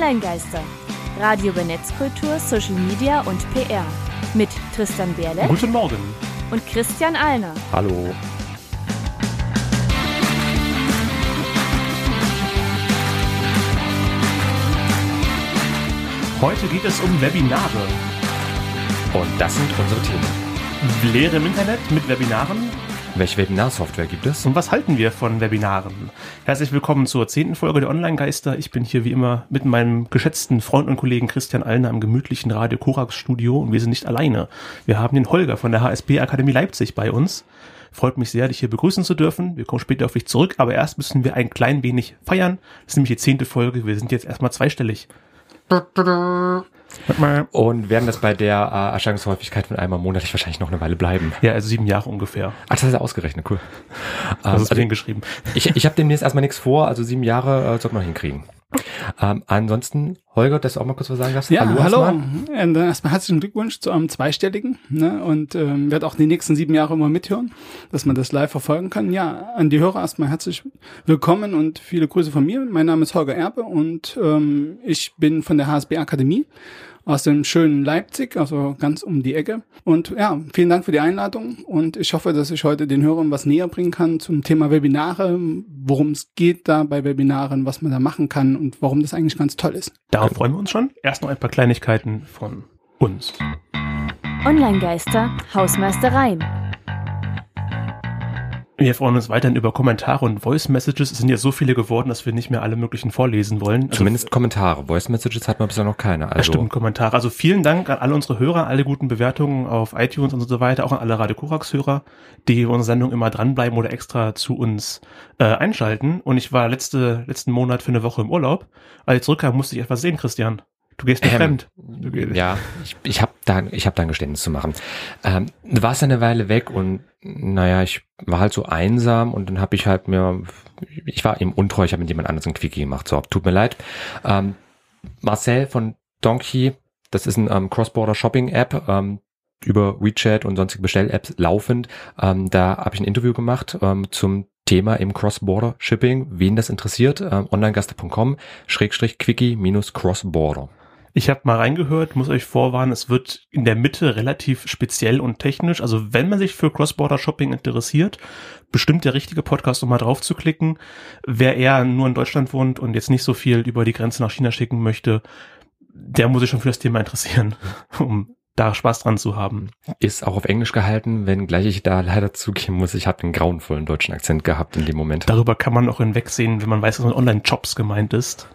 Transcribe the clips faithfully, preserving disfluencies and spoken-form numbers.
Online-Geister. Radio über Netzkultur, Social Media und P R. Mit Tristan Berle. Guten Morgen. Und Christian Allner. Hallo. Heute geht es um Webinare. Und das sind unsere Themen. Lehre im Internet mit Webinaren. Welche Webinarsoftware gibt es? Und was halten wir von Webinaren? Herzlich willkommen zur zehnten Folge der Online-Geister. Ich bin hier wie immer mit meinem geschätzten Freund und Kollegen Christian Allner im gemütlichen Radio Korax Studio. Und wir sind nicht alleine. Wir haben den Holger von der H S B Akademie Leipzig bei uns. Freut mich sehr, dich hier begrüßen zu dürfen. Wir kommen später auf dich zurück. Aber erst müssen wir ein klein wenig feiern. Das ist nämlich die zehnte Folge. Wir sind jetzt erstmal zweistellig. Und werden das bei der äh, Erscheinungshäufigkeit von einmal monatlich wahrscheinlich noch eine Weile bleiben. Ja, also sieben Jahre ungefähr. Ach, das ist ja ausgerechnet, cool. Das ähm, ist also geschrieben. Ich, ich habe demnächst erstmal nichts vor, also sieben Jahre äh, sollten wir noch hinkriegen. Ähm, ansonsten, Holger, dass du auch mal kurz was sagen darfst? Ja, hallo. hallo. Erstmal. Und erstmal herzlichen Glückwunsch zu einem Zweistelligen. Ne? Und ähm, werde auch die nächsten sieben Jahre immer mithören, dass man das live verfolgen kann. Ja, an die Hörer erstmal herzlich willkommen und viele Grüße von mir. Mein Name ist Holger Erbe und ähm, ich bin von der H S B Akademie aus dem schönen Leipzig, also ganz um die Ecke. Und ja, vielen Dank für die Einladung und ich hoffe, dass ich heute den Hörern was näher bringen kann zum Thema Webinare, worum es geht da bei Webinaren, was man da machen kann und warum das eigentlich ganz toll ist. Darauf freuen wir uns schon. Erst noch ein paar Kleinigkeiten von uns. Online-Geister, Hausmeistereien. Wir freuen uns weiterhin über Kommentare und Voice-Messages. Es sind ja so viele geworden, dass wir nicht mehr alle möglichen vorlesen wollen. Also zumindest Kommentare. Voice-Messages hat man bisher noch keine. Also stimmt, Kommentare. Also vielen Dank an alle unsere Hörer, alle guten Bewertungen auf iTunes und so weiter, auch an alle Radio Korax-Hörer, die in unserer Sendung immer dranbleiben oder extra zu uns äh, einschalten. Und ich war letzte letzten Monat für eine Woche im Urlaub. Als ich zurückkam, musste ich etwas sehen, Christian. Du gehst mir ähm, fremd. Du gehst. Ja, ich, ich habe da, ich hab da ein Geständnis zu machen. Ähm, du warst ja eine Weile weg und naja, ich war halt so einsam und dann habe ich halt mir, ich war eben untreu, ich habe mit jemand anderes ein Quickie gemacht. So, tut mir leid. Ähm, Marcel von Donkey, das ist ein ähm, Cross-Border-Shopping-App, ähm, über WeChat und sonstige Bestell-Apps laufend. Ähm, da habe ich ein Interview gemacht ähm, zum Thema im Cross-Border-Shipping. Wen das interessiert, ähm, onlinegeister punkt com Schrägstrich Quickie minus Cross-Border. Ich habe mal reingehört, muss euch vorwarnen, es wird in der Mitte relativ speziell und technisch. Also wenn man sich für Cross-Border-Shopping interessiert, bestimmt der richtige Podcast, um mal drauf zu klicken. Wer eher nur in Deutschland wohnt und jetzt nicht so viel über die Grenze nach China schicken möchte, der muss sich schon für das Thema interessieren, um da Spaß dran zu haben. Ist auch auf Englisch gehalten, wenngleich ich da leider zugeben muss, ich habe einen grauenvollen deutschen Akzent gehabt in dem Moment. Darüber kann man auch hinwegsehen, wenn man weiß, dass man Online-Jobs gemeint ist.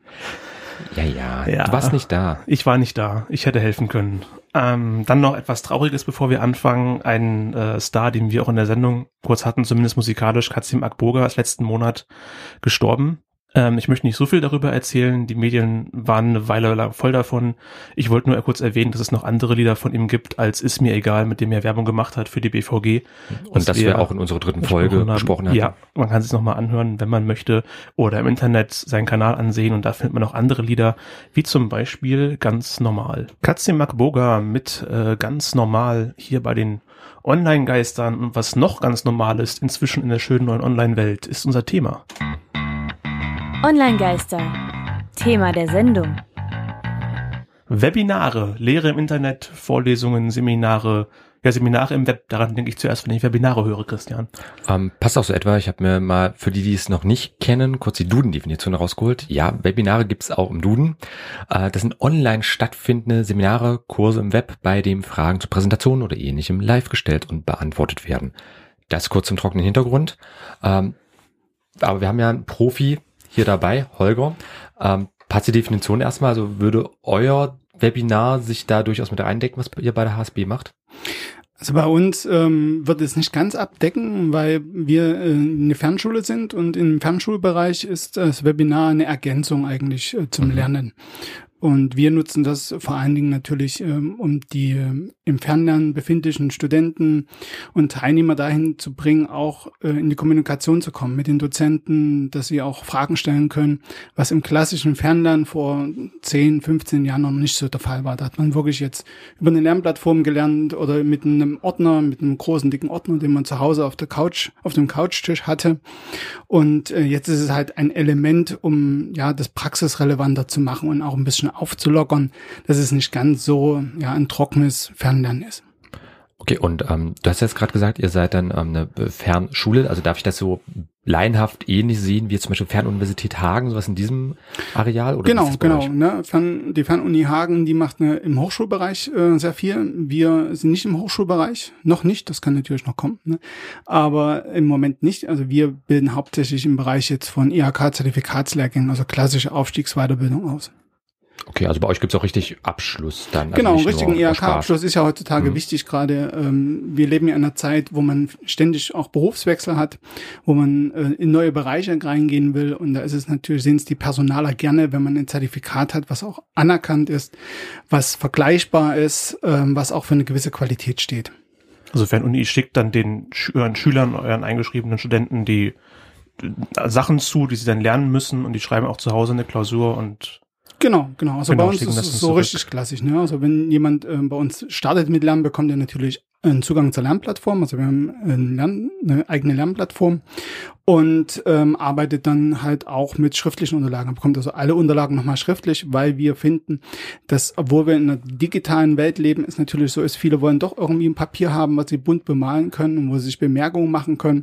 Ja, ja, ja, du warst nicht da. Ich war nicht da. Ich hätte helfen können. Ähm, dann noch etwas Trauriges, bevor wir anfangen. Ein äh, Star, den wir auch in der Sendung kurz hatten, zumindest musikalisch, Kazim Akboga, ist letzten Monat gestorben. Ähm, ich möchte nicht so viel darüber erzählen. Die Medien waren eine Weile lang voll davon. Ich wollte nur kurz erwähnen, dass es noch andere Lieder von ihm gibt, als Ist mir egal, mit dem er Werbung gemacht hat für die B V G. Und das wir, wir auch in unserer dritten Folge besprochen haben. Ja, man kann es nochmal anhören, wenn man möchte. Oder im Internet seinen Kanal ansehen. Und da findet man auch andere Lieder, wie zum Beispiel Ganz normal. Kazim Akboga mit äh, Ganz normal hier bei den Online-Geistern. Und was noch ganz normal ist, inzwischen in der schönen neuen Online-Welt, ist unser Thema. Online-Geister. Thema der Sendung. Webinare, Lehre im Internet, Vorlesungen, Seminare, ja Seminare im Web, daran denke ich zuerst, wenn ich Webinare höre, Christian. Ähm, passt auch so etwa, ich habe mir mal, für die, die es noch nicht kennen, kurz die Duden-Definition rausgeholt. Ja, Webinare gibt's auch im Duden. Äh, das sind online stattfindende Seminare, Kurse im Web, bei dem Fragen zur Präsentation oder ähnlichem live gestellt und beantwortet werden. Das kurz zum trockenen Hintergrund. Ähm, aber wir haben ja einen Profi hier dabei, Holger. Ähm, passt die Definition erstmal, also würde euer Webinar sich da durchaus mit reindecken, was ihr bei der H S B macht? Also bei uns ähm, wird es nicht ganz abdecken, weil wir äh, eine Fernschule sind und im Fernschulbereich ist das Webinar eine Ergänzung eigentlich äh, zum mhm. Lernen. Und wir nutzen das vor allen Dingen natürlich, ähm, um die ähm, im Fernlernen befindlichen Studenten und Teilnehmer dahin zu bringen, auch äh, in die Kommunikation zu kommen mit den Dozenten, dass sie auch Fragen stellen können, was im klassischen Fernlernen vor zehn, fünfzehn Jahren noch nicht so der Fall war. Da hat man wirklich jetzt über eine Lernplattform gelernt oder mit einem Ordner, mit einem großen, dicken Ordner, den man zu Hause auf der Couch, auf dem Couchtisch hatte. Und äh, jetzt ist es halt ein Element, um ja das praxisrelevanter zu machen und auch ein bisschen aufzulockern, dass es nicht ganz so ja ein trockenes Fernlernen ist. Okay, und ähm, du hast jetzt gerade gesagt, ihr seid dann ähm, eine Fernschule, also darf ich das so laienhaft ähnlich sehen wie zum Beispiel Fernuniversität Hagen, sowas in diesem Areal? Oder genau, genau. Ne? Fern, die Fernuni Hagen, die macht eine, im Hochschulbereich äh, sehr viel. Wir sind nicht im Hochschulbereich, noch nicht, das kann natürlich noch kommen, ne? Aber im Moment nicht. Also wir bilden hauptsächlich im Bereich jetzt von I H K-Zertifikatslehrgängen, also klassische Aufstiegsweiterbildung aus. Okay, also bei euch gibt's auch richtig Abschluss dann. Also genau, einen nicht richtigen nur I H K-Abschluss ist ja heutzutage mhm. wichtig, gerade ähm, wir leben ja in einer Zeit, wo man ständig auch Berufswechsel hat, wo man äh, in neue Bereiche reingehen will und da ist es natürlich, sehen es die Personaler gerne, wenn man ein Zertifikat hat, was auch anerkannt ist, was vergleichbar ist, ähm, was auch für eine gewisse Qualität steht. Also Fernuni schickt dann den euren Schülern, euren eingeschriebenen Studenten die Sachen zu, die sie dann lernen müssen und die schreiben auch zu Hause eine Klausur und Genau, genau. Also genau, bei uns ist es so zurück. Richtig klassisch. Ne? Also wenn jemand äh, bei uns startet mit Lernen, bekommt er natürlich einen Zugang zur Lernplattform. Also wir haben eine, Lern-, eine eigene Lernplattform und ähm, arbeitet dann halt auch mit schriftlichen Unterlagen. Er bekommt also alle Unterlagen nochmal schriftlich, weil wir finden, dass, obwohl wir in einer digitalen Welt leben, es natürlich so ist, viele wollen doch irgendwie ein Papier haben, was sie bunt bemalen können und wo sie sich Bemerkungen machen können.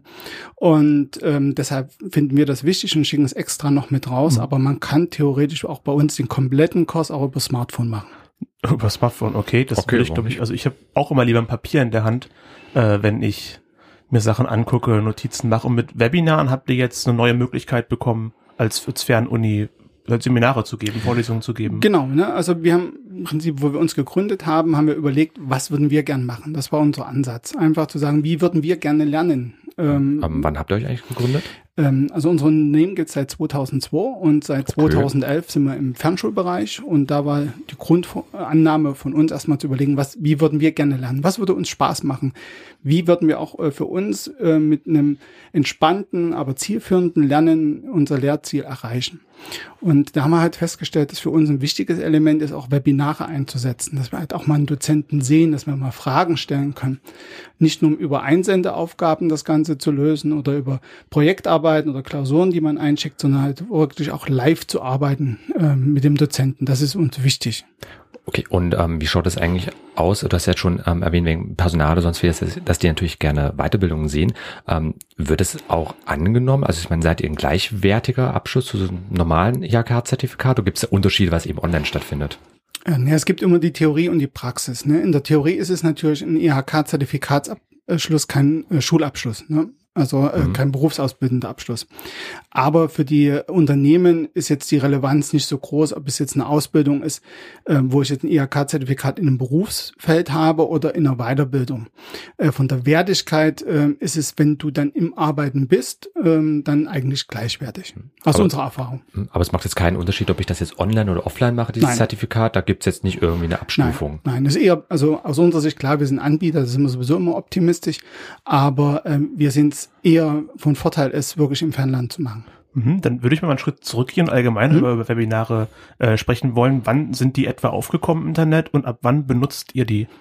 Und ähm, deshalb finden wir das wichtig und schicken es extra noch mit raus. Mhm. Aber man kann theoretisch auch bei uns den kompletten Kurs auch über Smartphone machen. Über Smartphone, okay. Das okay, will ich, glaube ich, also ich habe auch immer lieber ein Papier in der Hand, äh, wenn ich mir Sachen angucke, Notizen mache. Und mit Webinaren habt ihr jetzt eine neue Möglichkeit bekommen, als, als Fernuni Seminare zu geben, Vorlesungen zu geben. Genau, ne? Also wir haben im Prinzip, wo wir uns gegründet haben, haben wir überlegt, was würden wir gern machen? Das war unser Ansatz. Einfach zu sagen, wie würden wir gerne lernen? Ähm, um, wann habt ihr euch eigentlich gegründet? Ähm, also unser Unternehmen gibt es seit zweitausendzwei und seit okay. zweitausendelf sind wir im Fernschulbereich und da war die Grundannahme von uns erstmal zu überlegen, was, wie würden wir gerne lernen? Was würde uns Spaß machen? Wie würden wir auch äh, für uns äh, mit einem entspannten, aber zielführenden Lernen unser Lehrziel erreichen? Und da haben wir halt festgestellt, dass für uns ein wichtiges Element ist, auch Webinare einzusetzen, dass wir halt auch mal einen Dozenten sehen, dass wir mal Fragen stellen können. Nicht nur um über Einsendeaufgaben das Ganze zu lösen oder über Projektarbeiten oder Klausuren, die man einschickt, sondern halt wirklich auch live zu arbeiten äh, mit dem Dozenten. Das ist uns wichtig. Okay, und ähm, wie schaut das eigentlich aus? Du hast ja schon ähm, erwähnt, wegen Personal oder sonst wie, dass, dass die natürlich gerne Weiterbildungen sehen. Ähm, wird es auch angenommen? Also ich meine, seid ihr ein gleichwertiger Abschluss zu so einem normalen I H K-Zertifikat oder gibt es Unterschiede, was eben online stattfindet? Ja, es gibt immer die Theorie und die Praxis. Ne? In der Theorie ist es natürlich ein I H K-Zertifikatsabschluss kein äh, Schulabschluss. Ne? Also äh, mhm. kein berufsausbildender Abschluss. Aber für die Unternehmen ist jetzt die Relevanz nicht so groß, ob es jetzt eine Ausbildung ist, äh, wo ich jetzt ein I H K-Zertifikat in einem Berufsfeld habe oder in einer Weiterbildung. Äh, von der Wertigkeit äh, ist es, wenn du dann im Arbeiten bist, äh, dann eigentlich gleichwertig. Aus aber, unserer Erfahrung. Aber es macht jetzt keinen Unterschied, ob ich das jetzt online oder offline mache, dieses nein. Zertifikat. Da gibt's jetzt nicht irgendwie eine Abstufung. Nein, nein, das ist eher, also aus unserer Sicht, klar, wir sind Anbieter, das sind wir sowieso immer optimistisch, aber ähm, wir sind eher von Vorteil ist, wirklich im Fernland zu machen. Mhm, dann würde ich mal einen Schritt zurückgehen, allgemein mhm. über Webinare äh, sprechen wollen. Wann sind die etwa aufgekommen im Internet und ab wann benutzt ihr die?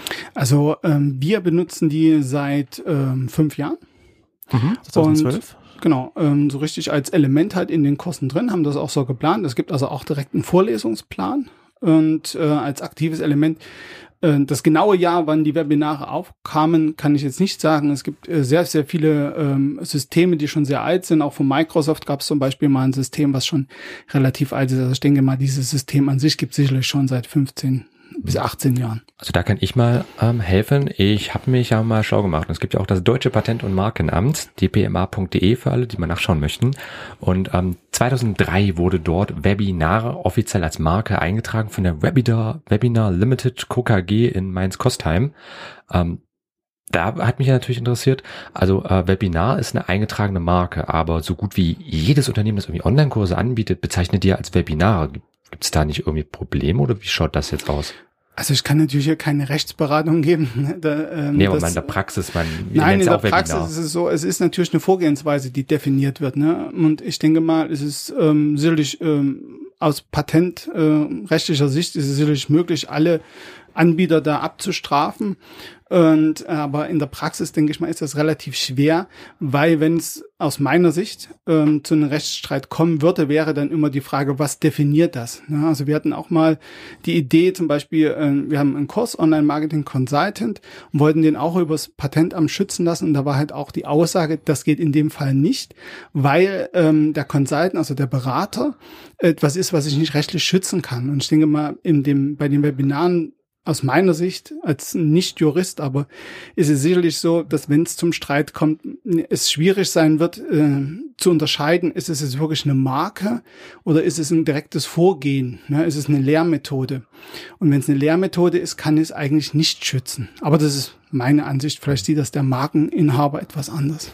Also ähm, wir benutzen die seit ähm, fünf Jahren. Mhm, zweitausendzwölf. Und genau, ähm, so richtig als Element halt in den Kursen drin, haben das auch so geplant. Es gibt also auch direkt einen Vorlesungsplan und äh, als aktives Element. Das genaue Jahr, wann die Webinare aufkamen, kann ich jetzt nicht sagen. Es gibt sehr, sehr viele ähm, Systeme, die schon sehr alt sind. Auch von Microsoft gab es zum Beispiel mal ein System, was schon relativ alt ist. Also ich denke mal, dieses System an sich gibt es sicherlich schon seit fünfzehn bis achtzehn Jahren. Also da kann ich mal ähm, helfen. Ich habe mich ja mal schlau gemacht. Und es gibt ja auch das Deutsche Patent- und Markenamt, d p m a punkt d e für alle, die mal nachschauen möchten. Und ähm, zweitausenddrei wurde dort Webinare offiziell als Marke eingetragen von der Webinar, Webinar Limited Co K G in Mainz-Kostheim. Ähm, Da hat mich ja natürlich interessiert, also äh, Webinar ist eine eingetragene Marke, aber so gut wie jedes Unternehmen, das irgendwie Online-Kurse anbietet, bezeichnet die als Webinar. Gibt es da nicht irgendwie Probleme oder wie schaut das jetzt aus? Also ich kann natürlich hier keine Rechtsberatung geben. Da, ähm, nee, aber das, man in der Praxis, man nein, in der auch Praxis Webinar. ist es so, es ist natürlich eine Vorgehensweise, die definiert wird. Ne? Und ich denke mal, es ist ähm, sicherlich ähm, aus patentrechtlicher äh, Sicht ist es sicherlich möglich, alle Anbieter da abzustrafen. Und aber in der Praxis, denke ich mal, ist das relativ schwer, weil wenn es aus meiner Sicht ähm, zu einem Rechtsstreit kommen würde, wäre dann immer die Frage, was definiert das? Ja, also wir hatten auch mal die Idee, zum Beispiel, äh, wir haben einen Kurs Online-Marketing Consultant und wollten den auch übers Patentamt schützen lassen. Und da war halt auch die Aussage, das geht in dem Fall nicht, weil ähm, der Consultant, also der Berater, etwas ist, was ich nicht rechtlich schützen kann. Und ich denke mal, in dem bei den Webinaren aus meiner Sicht als Nicht-Jurist, aber ist es sicherlich so, dass wenn es zum Streit kommt, es schwierig sein wird, äh, zu unterscheiden, ist es jetzt wirklich eine Marke oder ist es ein direktes Vorgehen, ne? Ist es eine Lehrmethode? Und wenn es eine Lehrmethode ist, kann es eigentlich nicht schützen. Aber das ist meine Ansicht. Vielleicht sieht das der Markeninhaber etwas anders.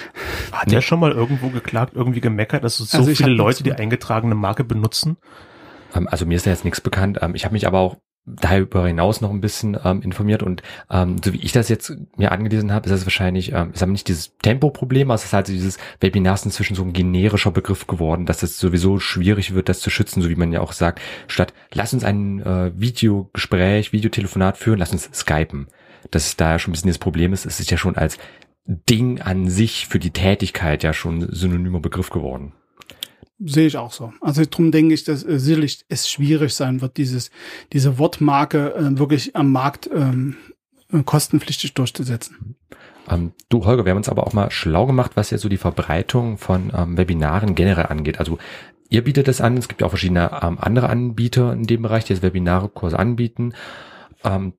Hat der schon mal irgendwo geklagt, irgendwie gemeckert, dass so Also viele Leute die eingetragene Marke benutzen? Also mir ist da jetzt nichts bekannt. Ich habe mich aber auch darüber hinaus noch ein bisschen ähm, informiert und ähm, so wie ich das jetzt mir angelesen habe, ist das wahrscheinlich, ähm, ist aber nicht dieses Tempoproblem, also es ist halt dieses Webinar ist inzwischen so ein generischer Begriff geworden, dass es sowieso schwierig wird, das zu schützen, so wie man ja auch sagt, statt lass uns ein äh, Videogespräch, Videotelefonat führen, lass uns skypen. Dass da ja schon ein bisschen das Problem ist, es ist ja schon als Ding an sich für die Tätigkeit ja schon ein synonymer Begriff geworden. Sehe ich auch so. Also drum denke ich, dass äh, sicherlich es schwierig sein wird, dieses diese Wortmarke äh, wirklich am Markt ähm, kostenpflichtig durchzusetzen. Ähm, du Holger, wir haben uns aber auch mal schlau gemacht, was jetzt so die Verbreitung von ähm, Webinaren generell angeht. Also ihr bietet das an, es gibt ja auch verschiedene ähm, andere Anbieter in dem Bereich, die jetzt Webinare, Kurse anbieten. Ähm,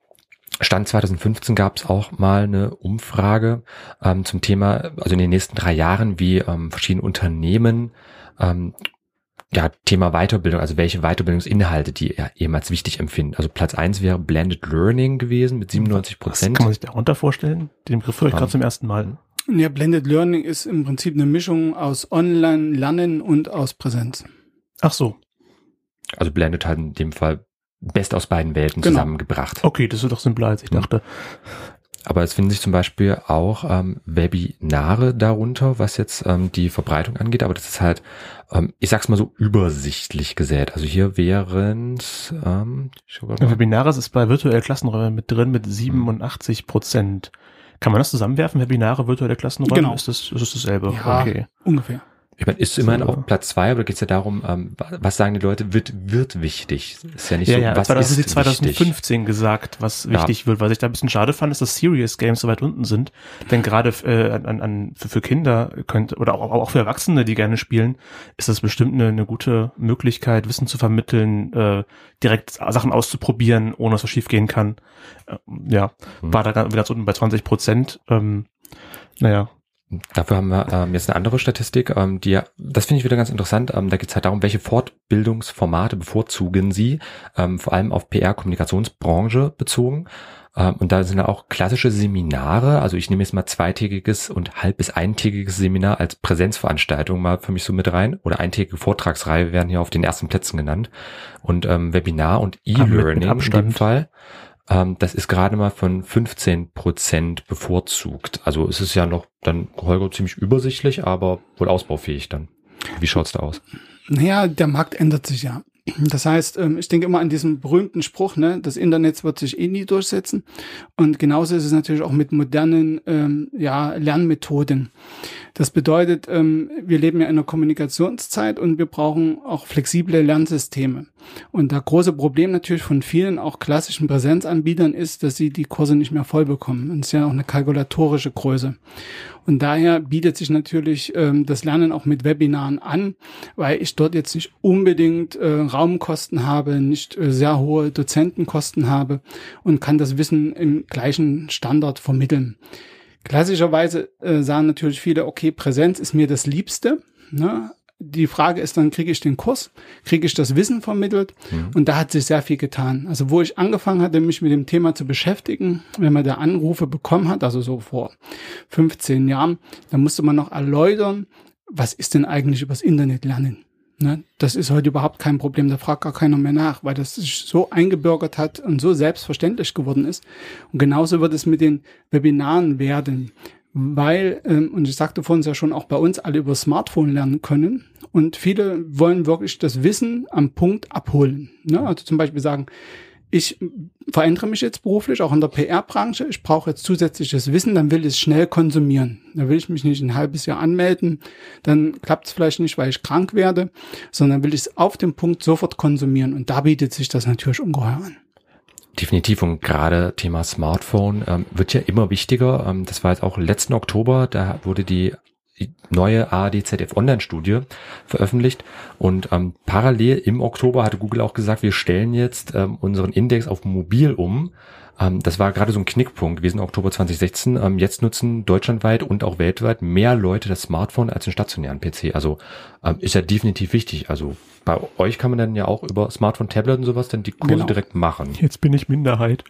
Stand zwanzig fünfzehn gab es auch mal eine Umfrage ähm, zum Thema, also in den nächsten drei Jahren, wie ähm, verschiedene Unternehmen ähm, ja Thema Weiterbildung, also welche Weiterbildungsinhalte die ja eben als wichtig empfinden. Also Platz eins wäre Blended Learning gewesen mit siebenundneunzig Prozent. Was kann man sich darunter vorstellen? Den Begriff höre ich Um, gerade zum ersten Mal. Ja, Blended Learning ist im Prinzip eine Mischung aus Online-Lernen und aus Präsenz. Ach so. Also Blended halt in dem Fall best aus beiden Welten Genau. zusammengebracht. Okay, das ist doch simpler, als ich dachte. Aber es finden sich zum Beispiel auch ähm, Webinare darunter, was jetzt ähm, die Verbreitung angeht. Aber das ist halt, ähm, ich sag's mal so, übersichtlich gesät. Also hier wären ähm, Ja, Webinare ist bei virtuelle Klassenräumen mit drin mit siebenundachtzig Prozent. Kann man das zusammenwerfen? Webinare, virtuelle Klassenräume? Genau. Ist das, ist das dasselbe? Ja, Okay. ungefähr. Ich meine, ist immerhin So. auf Platz zwei, aber da geht es ja darum, ähm, was sagen die Leute, wird wird wichtig. Ist ja nicht Ja, so, ja, was das ist ist zwanzig fünfzehn wichtig. gesagt, was Ja. wichtig wird. Was ich da ein bisschen schade fand, ist, dass Serious Games so weit unten sind. Denn gerade äh, an, an, für, für Kinder könnte, oder auch, auch für Erwachsene, die gerne spielen, ist das bestimmt eine, eine gute Möglichkeit, Wissen zu vermitteln, äh, direkt Sachen auszuprobieren, ohne dass was schief gehen kann. Äh, ja, Hm. war da ganz ganz unten bei zwanzig Prozent. Ähm, naja. Dafür haben wir ähm, jetzt eine andere Statistik, ähm, die ja, das finde ich wieder ganz interessant. Ähm, da geht es halt darum, welche Fortbildungsformate bevorzugen Sie, ähm, vor allem auf P R-Kommunikationsbranche bezogen. Ähm, und da sind ja auch klassische Seminare. Also ich nehme jetzt mal zweitägiges und halb- bis eintägiges Seminar als Präsenzveranstaltung mal für mich so mit rein. Oder eintägige Vortragsreihe werden hier auf den ersten Plätzen genannt. Und ähm, Webinar und E-Learning in dem Fall. Ähm, das ist gerade mal von fünfzehn Prozent bevorzugt. Also es ist ja noch dann, Holger, ziemlich übersichtlich, aber wohl ausbaufähig dann. Wie schaut's da aus? Naja, der Markt ändert sich ja. Das heißt, ich denke immer an diesen berühmten Spruch, ne, das Internet wird sich eh nie durchsetzen. Und genauso ist es natürlich auch mit modernen ähm, ja, Lernmethoden. Das bedeutet, ähm, wir leben ja in einer Kommunikationszeit und wir brauchen auch flexible Lernsysteme. Und das große Problem natürlich von vielen auch klassischen Präsenzanbietern ist, dass sie die Kurse nicht mehr voll bekommen. Und das ist ja auch eine kalkulatorische Größe. Und daher bietet sich natürlich ähm, das Lernen auch mit Webinaren an, weil ich dort jetzt nicht unbedingt äh, Raumkosten habe, nicht äh, sehr hohe Dozentenkosten habe und kann das Wissen im gleichen Standard vermitteln. Klassischerweise äh, sagen natürlich viele, okay, Präsenz ist mir das Liebste, ne? Die Frage ist dann, kriege ich den Kurs, kriege ich das Wissen vermittelt? Mhm. Und da hat sich sehr viel getan. Also wo ich angefangen hatte, mich mit dem Thema zu beschäftigen, wenn man da Anrufe bekommen hat, also so vor fünfzehn Jahren, dann musste man noch erläutern, was ist denn eigentlich übers Internet lernen? Ne? Das ist heute überhaupt kein Problem, da fragt gar keiner mehr nach, weil das sich so eingebürgert hat und so selbstverständlich geworden ist. Und genauso wird es mit den Webinaren werden, weil, ähm, und ich sagte vorhin ja schon, auch bei uns alle über Smartphone lernen können und viele wollen wirklich das Wissen am Punkt abholen. Ne? Also zum Beispiel sagen, ich verändere mich jetzt beruflich, auch in der P R-Branche. Ich brauche jetzt zusätzliches Wissen, dann will ich es schnell konsumieren. Da will ich mich nicht ein halbes Jahr anmelden, dann klappt es vielleicht nicht, weil ich krank werde, sondern will ich es auf dem Punkt sofort konsumieren. Und da bietet sich das natürlich ungeheuer an. Definitiv, und gerade Thema Smartphone ähm, wird ja immer wichtiger. Ähm, das war jetzt auch letzten Oktober, da wurde die die neue A R D Z F Online-Studie veröffentlicht und ähm, parallel im Oktober hatte Google auch gesagt, wir stellen jetzt ähm, unseren Index auf mobil um. Ähm, das war gerade so ein Knickpunkt gewesen, Oktober zwanzig sechzehn. Ähm, jetzt nutzen deutschlandweit und auch weltweit mehr Leute das Smartphone als den stationären P C. Also ähm, ist ja definitiv wichtig. Also bei euch kann man dann ja auch über Smartphone, Tablet und sowas dann die Kurse Genau. direkt machen. Jetzt bin ich Minderheit.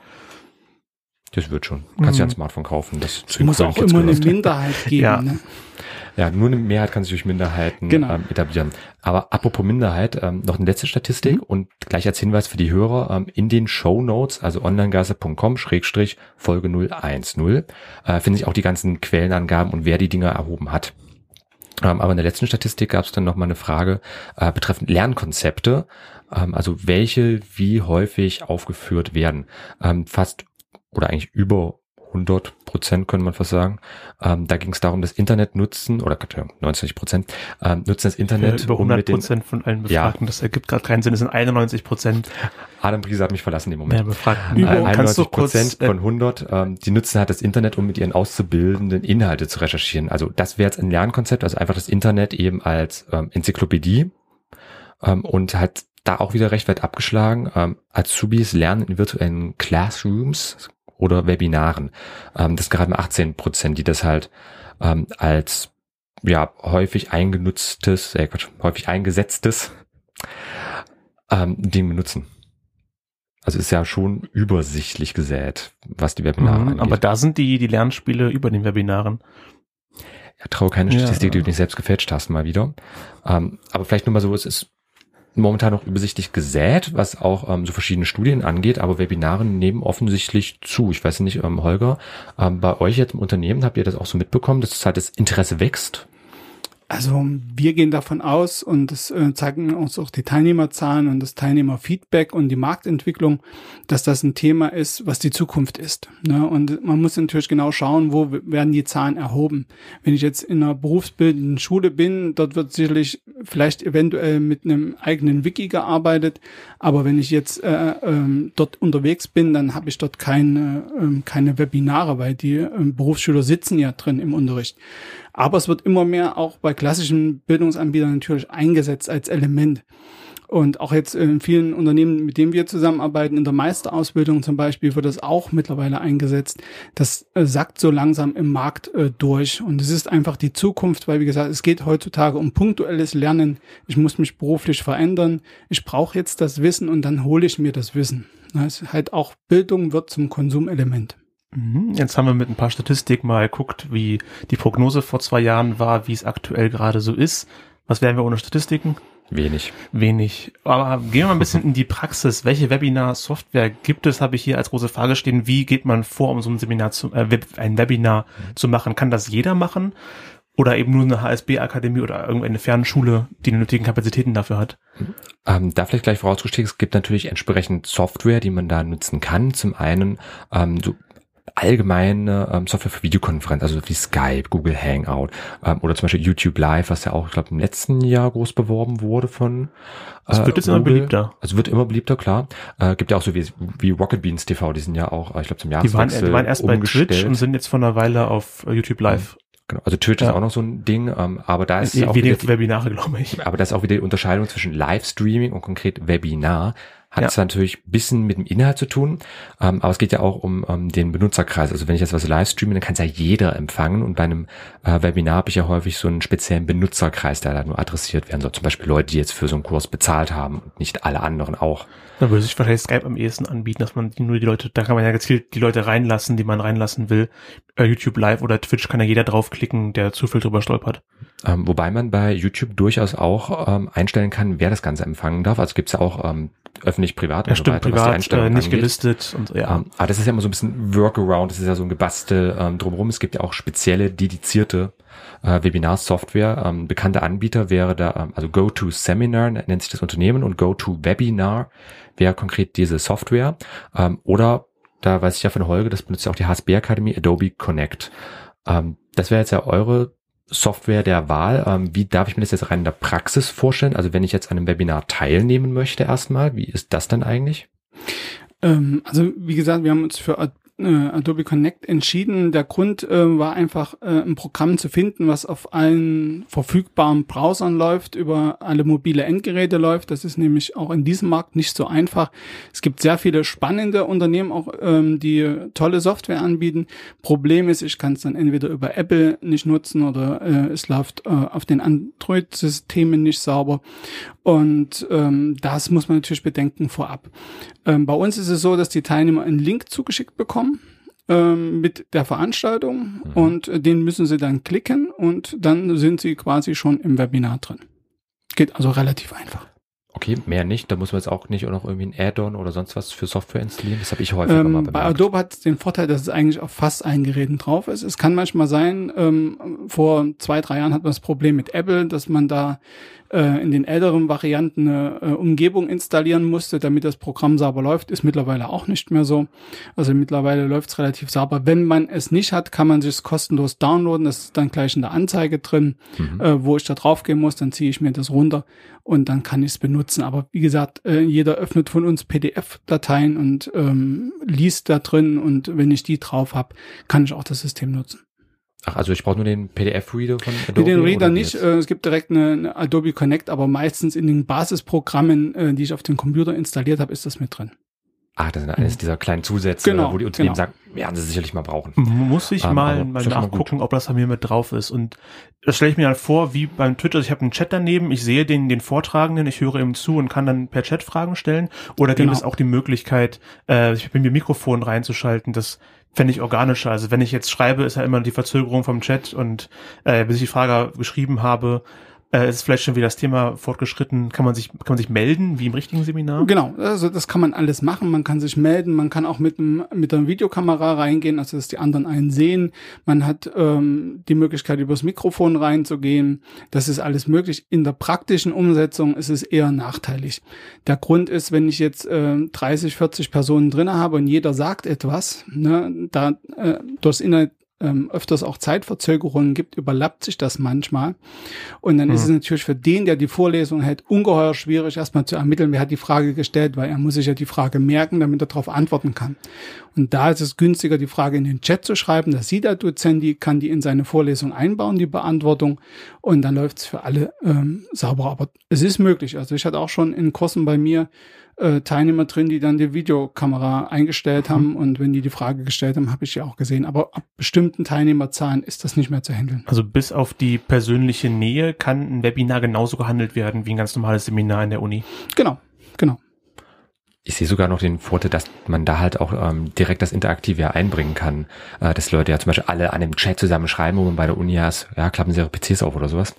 Das wird schon. Kannst ja Mhm. ein Smartphone kaufen. Das Es muss auch immer eine Minderheit geben. Ja. Ne? Ja, nur eine Mehrheit kann sich durch Minderheiten Genau. ähm, etablieren. Aber apropos Minderheit, ähm, noch eine letzte Statistik Mhm. und gleich als Hinweis für die Hörer, ähm, in den Shownotes, also onlinegeister punkt com schrägstrich Folge null eins null, äh, finde ich auch die ganzen Quellenangaben und wer die Dinger erhoben hat. Ähm, aber in der letzten Statistik gab es dann noch mal eine Frage äh, betreffend Lernkonzepte, ähm, also welche wie häufig aufgeführt werden. Ähm, fast oder eigentlich über hundert Prozent, könnte man fast sagen. Ähm, da ging es darum, das Internet nutzen, oder neunzig Prozent, ähm, nutzen das Internet. Ja, über um hundert mit den, Prozent von allen Befragten. Ja. Das ergibt gerade keinen Sinn. Das sind einundneunzig Prozent. Adam Briese hat mich verlassen im Moment. Ja, Befragten. Über- Äh, Kannst du einundneunzig kurz, Prozent äh, von hundert, ähm, die nutzen halt das Internet, um mit ihren Auszubildenden Inhalte zu recherchieren. Also das wäre jetzt ein Lernkonzept, also einfach das Internet eben als ähm, Enzyklopädie ähm, und halt da auch wieder recht weit abgeschlagen. Ähm, Azubis lernen in virtuellen Classrooms oder Webinaren. Ähm, das sind gerade mal achtzehn Prozent, die das halt ähm, als ja häufig eingenutztes, äh, Quatsch, häufig eingesetztes ähm, Ding benutzen. Also ist ja schon übersichtlich gesät, was die Webinare Mhm, angeht. aber da sind die, die Lernspiele über den Webinaren. Ja, traue keine Ja. Statistik, die du nicht selbst gefälscht hast, mal wieder. Ähm, aber vielleicht nur mal so, es ist momentan noch übersichtlich gesät, was auch ähm, so verschiedene Studien angeht, aber Webinare nehmen offensichtlich zu. Ich weiß nicht, ähm, Holger, ähm, bei euch jetzt im Unternehmen, habt ihr das auch so mitbekommen, dass das halt das Interesse wächst? Also wir gehen davon aus, und das äh, zeigen uns auch die Teilnehmerzahlen und das Teilnehmerfeedback und die Marktentwicklung, dass das ein Thema ist, was die Zukunft ist. Ne? Und man muss natürlich genau schauen, wo w- werden die Zahlen erhoben. Wenn ich jetzt in einer berufsbildenden Schule bin, dort wird sicherlich vielleicht eventuell mit einem eigenen Wiki gearbeitet, aber wenn ich jetzt äh, ähm, dort unterwegs bin, dann habe ich dort keine, ähm, keine Webinare, weil die ähm, Berufsschüler sitzen ja drin im Unterricht. Aber es wird immer mehr auch bei klassischen Bildungsanbietern natürlich eingesetzt als Element. Und auch jetzt in vielen Unternehmen, mit denen wir zusammenarbeiten, in der Meisterausbildung zum Beispiel, wird das auch mittlerweile eingesetzt. Das äh, sackt so langsam im Markt äh, durch. Und es ist einfach die Zukunft, weil, wie gesagt, es geht heutzutage um punktuelles Lernen. Ich muss mich beruflich verändern. Ich brauche jetzt das Wissen und dann hole ich mir das Wissen. Das ist halt auch Bildung wird zum Konsumelement. Jetzt haben wir mit ein paar Statistiken mal geguckt, wie die Prognose vor zwei Jahren war, wie es aktuell gerade so ist. Was wären wir ohne Statistiken? Wenig. Wenig. Aber gehen wir mal ein bisschen in die Praxis. Welche Webinar-Software gibt es, habe ich hier als große Frage stehen. Wie geht man vor, um so ein Seminar zu, äh, Web, ein Webinar zu machen? Kann das jeder machen? Oder eben nur eine H S B-Akademie oder irgendeine Fernschule, die die nötigen Kapazitäten dafür hat? Ähm, da vielleicht gleich vorausgestellt, es gibt natürlich entsprechend Software, die man da nutzen kann. Zum einen ähm, so allgemeine ähm, Software für Videokonferenz, also wie Skype, Google Hangout ähm, oder zum Beispiel YouTube Live, was ja auch, ich glaube, im letzten Jahr groß beworben wurde von äh, Es wird jetzt immer Google. beliebter. Also wird immer beliebter, klar. Äh, gibt ja auch so wie, wie Rocket Beans T V, die sind ja auch, äh, ich glaube, zum Die waren, Jahreswechsel die waren erst bei umgestellt. Twitch und sind jetzt vor einer Weile auf äh, YouTube Live. Genau, also Twitch Ja. ist auch noch so ein Ding, ähm, aber da ist Äh, auch Weniger wieder für die, Webinare, glaube ich. aber da ist auch wieder die Unterscheidung zwischen Livestreaming und konkret Webinar. Hat Ja. zwar natürlich ein bisschen mit dem Inhalt zu tun, ähm, aber es geht ja auch um, um den Benutzerkreis. Also wenn ich jetzt was livestreame, dann kann es ja jeder empfangen. Und bei einem äh, Webinar habe ich ja häufig so einen speziellen Benutzerkreis, der da nur adressiert werden soll. Zum Beispiel Leute, die jetzt für so einen Kurs bezahlt haben und nicht alle anderen auch. Da würde sich wahrscheinlich Skype am ehesten anbieten, dass man die, nur die Leute, da kann man ja gezielt die Leute reinlassen, die man reinlassen will. äh, YouTube Live oder Twitch kann ja jeder draufklicken, der zu viel drüber stolpert. Ähm, wobei man bei YouTube durchaus auch ähm, einstellen kann, wer das Ganze empfangen darf. Also gibt's ja auch ähm, öffentlich-privat Ja, und so stimmt, weiter, was die privat, Einstellung äh, nicht angeht. gelistet und ja. Ähm, aber das ist ja immer so ein bisschen Workaround, das ist ja so ein Gebastel ähm, drumherum. Es gibt ja auch spezielle, dedizierte äh, Webinar-Software. Ähm, bekannte Anbieter wäre da, ähm, also GoToSeminar nennt sich das Unternehmen und GoToWebinar wäre konkret diese Software. Ähm, oder, da weiß ich ja von Holger, das benutzt ja auch die H S B Akademie, Adobe Connect. Ähm, das wäre jetzt ja eure Software der Wahl. Ähm, wie darf ich mir das jetzt rein in der Praxis vorstellen? Also wenn ich jetzt an einem Webinar teilnehmen möchte erstmal, wie ist das dann eigentlich? Ähm, also wie gesagt, wir haben uns für äh, Adobe Connect entschieden. Der Grund äh, war einfach, äh, ein Programm zu finden, was auf allen verfügbaren Browsern läuft, über alle mobile Endgeräte läuft. Das ist nämlich auch in diesem Markt nicht so einfach. Es gibt sehr viele spannende Unternehmen, auch ähm, die tolle Software anbieten. Problem ist, ich kann es dann entweder über Apple nicht nutzen oder äh, es läuft äh, auf den Android-Systemen nicht sauber. Und ähm, das muss man natürlich bedenken vorab. Ähm, bei uns ist es so, dass die Teilnehmer einen Link zugeschickt bekommen ähm, mit der Veranstaltung mhm. und äh, den müssen sie dann klicken und dann sind sie quasi schon im Webinar drin. Geht also relativ einfach. Okay, mehr nicht. Da muss man jetzt auch nicht auch noch irgendwie ein Add-on oder sonst was für Software installieren. Das habe ich häufiger ähm, mal bemerkt. Bei Adobe hat es den Vorteil, dass es eigentlich auf fast allen Geräten drauf ist. Es kann manchmal sein, ähm, vor zwei, drei Jahren hat man das Problem mit Apple, dass man da äh, in den älteren Varianten eine äh, Umgebung installieren musste, damit das Programm sauber läuft. Ist mittlerweile auch nicht mehr so. Also mittlerweile läuft es relativ sauber. Wenn man es nicht hat, kann man sich es kostenlos downloaden. Das ist dann gleich in der Anzeige drin, mhm. äh, wo ich da drauf gehen muss. Dann ziehe ich mir das runter und dann kann ich es benutzen. Aber wie gesagt, äh, jeder öffnet von uns P D F-Dateien und ähm, liest da drin. Und wenn ich die drauf habe, kann ich auch das System nutzen. Ach, also ich brauche nur den P D F-Reader von Adobe? Den Reader nicht. Äh, es gibt direkt eine, eine Adobe Connect, aber meistens in den Basisprogrammen, äh, die ich auf dem Computer installiert habe, ist das mit drin. Ah, das sind eines dieser kleinen Zusätze, genau, wo die Unternehmen genau. sagen, werden sie sicherlich mal brauchen. Muss ich ähm, mal, mal nachgucken, ob das bei mir mit drauf ist. Und das stelle ich mir dann vor, wie beim Twitter, ich habe einen Chat daneben, ich sehe den, den Vortragenden, ich höre ihm zu und kann dann per Chat Fragen stellen. Oder gibt genau. es auch die Möglichkeit, äh, bei mir Mikrofon reinzuschalten, das fände ich organischer. Also wenn ich jetzt schreibe, ist ja immer die Verzögerung vom Chat und äh, bis ich die Frage geschrieben habe, Äh, ist vielleicht schon wieder das Thema fortgeschritten. Kann man sich, kann man sich melden, wie im richtigen Seminar? Genau, also das kann man alles machen. Man kann sich melden, man kann auch mit einem, mit einer Videokamera reingehen, also dass die anderen einen sehen. Man hat ähm, die Möglichkeit, übers Mikrofon reinzugehen. Das ist alles möglich. In der praktischen Umsetzung ist es eher nachteilig. Der Grund ist, wenn ich jetzt äh, dreißig, vierzig Personen drin habe und jeder sagt etwas, ne, da äh, durchs Internet ähm, öfters auch Zeitverzögerungen gibt, überlappt sich das manchmal. Und dann mhm. ist es natürlich für den, der die Vorlesung hält, ungeheuer schwierig, erstmal zu ermitteln, wer hat die Frage gestellt, weil er muss sich ja die Frage merken, damit er darauf antworten kann. Und da ist es günstiger, die Frage in den Chat zu schreiben. Das sieht der Dozent, die kann die in seine Vorlesung einbauen, die Beantwortung. Und dann läuft es für alle ähm, sauber. Aber es ist möglich. Also ich hatte auch schon in Kursen bei mir äh, Teilnehmer drin, die dann die Videokamera eingestellt mhm. haben. Und wenn die die Frage gestellt haben, habe ich ja auch gesehen. Aber ab bestimmten Teilnehmerzahlen ist das nicht mehr zu handeln. Also bis auf die persönliche Nähe kann ein Webinar genauso gehandelt werden wie ein ganz normales Seminar in der Uni. Genau, genau. Ich sehe sogar noch den Vorteil, dass man da halt auch ähm, direkt das Interaktive ja einbringen kann. Äh, dass Leute ja zum Beispiel alle an dem Chat zusammen schreiben, wo man bei der Uni ist, ja, klappen sie ihre P Cs auf oder sowas.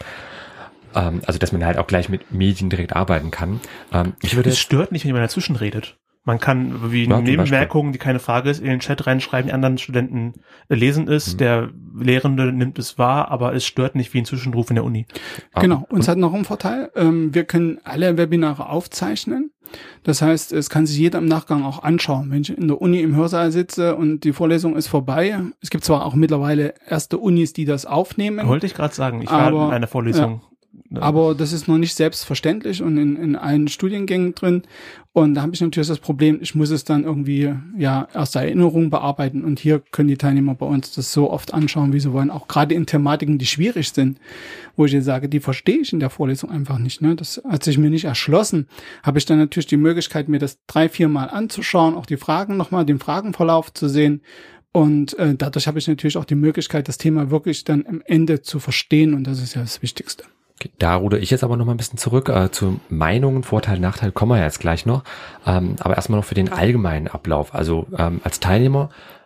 Ähm, also, dass man halt auch gleich mit Medien direkt arbeiten kann. Ähm, ich würde es stört nicht, wenn jemand dazwischen redet. Man kann wie ja, Nebenmerkungen, die keine Frage ist, in den Chat reinschreiben, die anderen Studenten lesen es, mhm. der Lehrende nimmt es wahr, aber es stört nicht wie ein Zwischenruf in der Uni. Genau, uns hat noch einen Vorteil. Wir können alle Webinare aufzeichnen. Das heißt, es kann sich jeder im Nachgang auch anschauen. Wenn ich in der Uni im Hörsaal sitze und die Vorlesung ist vorbei, es gibt zwar auch mittlerweile erste Unis, die das aufnehmen. Wollte ich gerade sagen, ich war aber, in einer Vorlesung. Ja. Aber das ist noch nicht selbstverständlich und in, in allen Studiengängen drin. Und da habe ich natürlich das Problem, ich muss es dann irgendwie ja aus Erinnerung bearbeiten. Und hier können die Teilnehmer bei uns das so oft anschauen, wie sie wollen. Auch gerade in Thematiken, die schwierig sind, wo ich jetzt sage, die verstehe ich in der Vorlesung einfach nicht. Ne? Das hat sich mir nicht erschlossen. Habe ich dann natürlich die Möglichkeit, mir das drei, vier Mal anzuschauen, auch die Fragen nochmal, den Fragenverlauf zu sehen. Und äh, dadurch habe ich natürlich auch die Möglichkeit, das Thema wirklich dann am Ende zu verstehen. Und das ist ja das Wichtigste. Okay, da ruder ich jetzt aber noch mal ein bisschen zurück äh, zu Meinungen, Vorteil, Nachteil, kommen wir jetzt gleich noch. Ähm, aber erstmal noch für den allgemeinen Ablauf. Also ähm, als Teilnehmer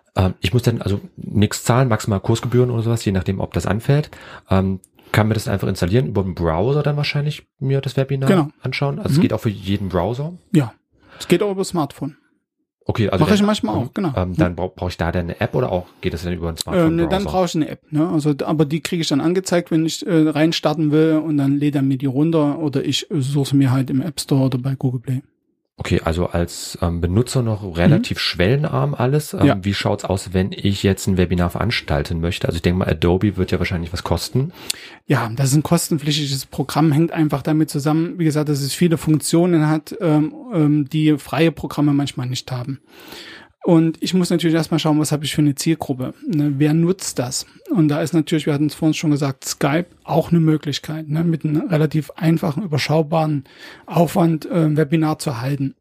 Ähm, ich muss dann also nichts zahlen, maximal Kursgebühren oder sowas, je nachdem, ob das anfällt. Ähm, kann mir das einfach installieren, über den Browser dann wahrscheinlich mir das Webinar genau. anschauen. Also mhm. es geht auch für jeden Browser? Ja, es geht auch über Smartphone. Okay, also mache ich manchmal auch, genau. Ähm, dann brauche brauch ich da dann eine App oder auch geht das dann über ein Smartphone? Äh, ne, dann brauche ich eine App, ne? Also, aber die kriege ich dann angezeigt, wenn ich äh, reinstarten will und dann lädt er mir die runter oder ich äh, suche mir halt im App Store oder bei Google Play. Okay, also als ähm, Benutzer noch relativ mhm. schwellenarm alles. Ähm, ja. Wie schaut's aus, wenn ich jetzt ein Webinar veranstalten möchte? Also ich denke mal, Adobe wird ja wahrscheinlich was kosten. Ja, das ist ein kostenpflichtiges Programm, hängt einfach damit zusammen, wie gesagt, dass es viele Funktionen hat, ähm, ähm, die freie Programme manchmal nicht haben. Und ich muss natürlich erstmal schauen, was habe ich für eine Zielgruppe. Ne? Wer nutzt das? Und da ist natürlich, wir hatten es vorhin schon gesagt, Skype auch eine Möglichkeit, ne? Mit einem relativ einfachen, überschaubaren Aufwand äh, ein Webinar zu halten.